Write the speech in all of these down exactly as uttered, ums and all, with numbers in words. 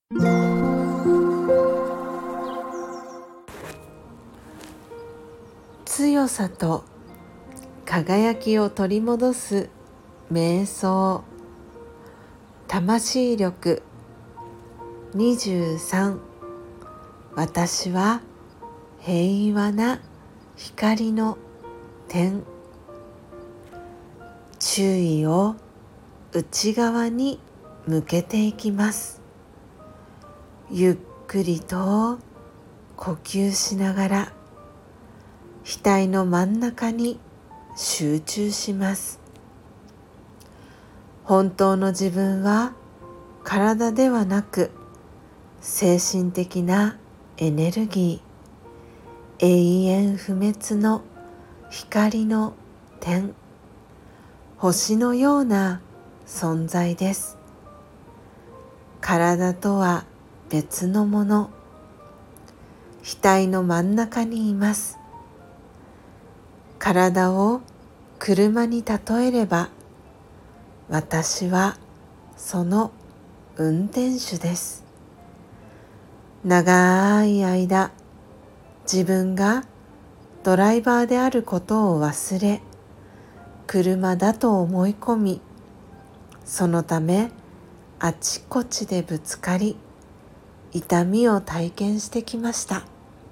強さと輝きを取り戻す瞑想。魂力にじゅうさん。私は平和な光の点。注意を内側に向けていきます。ゆっくりと呼吸しながら額の真ん中に集中します。本当の自分は体ではなく精神的なエネルギー、永遠不滅の光の点、星のような存在です。体とは別のもの、額の真ん中にいます。体を車に例えれば、私はその運転手です。長い間、自分がドライバーであることを忘れ、車だと思い込み、そのためあちこちでぶつかり、痛みを体験してきました。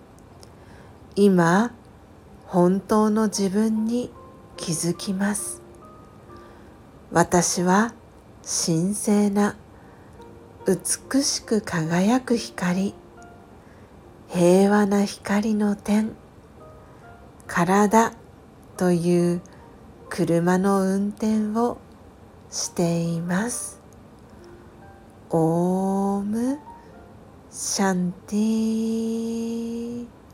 今、本当の自分に気づきます。私は神聖な美しく輝く光、平和な光の点、体という車の運転をしています。オームシャンティー。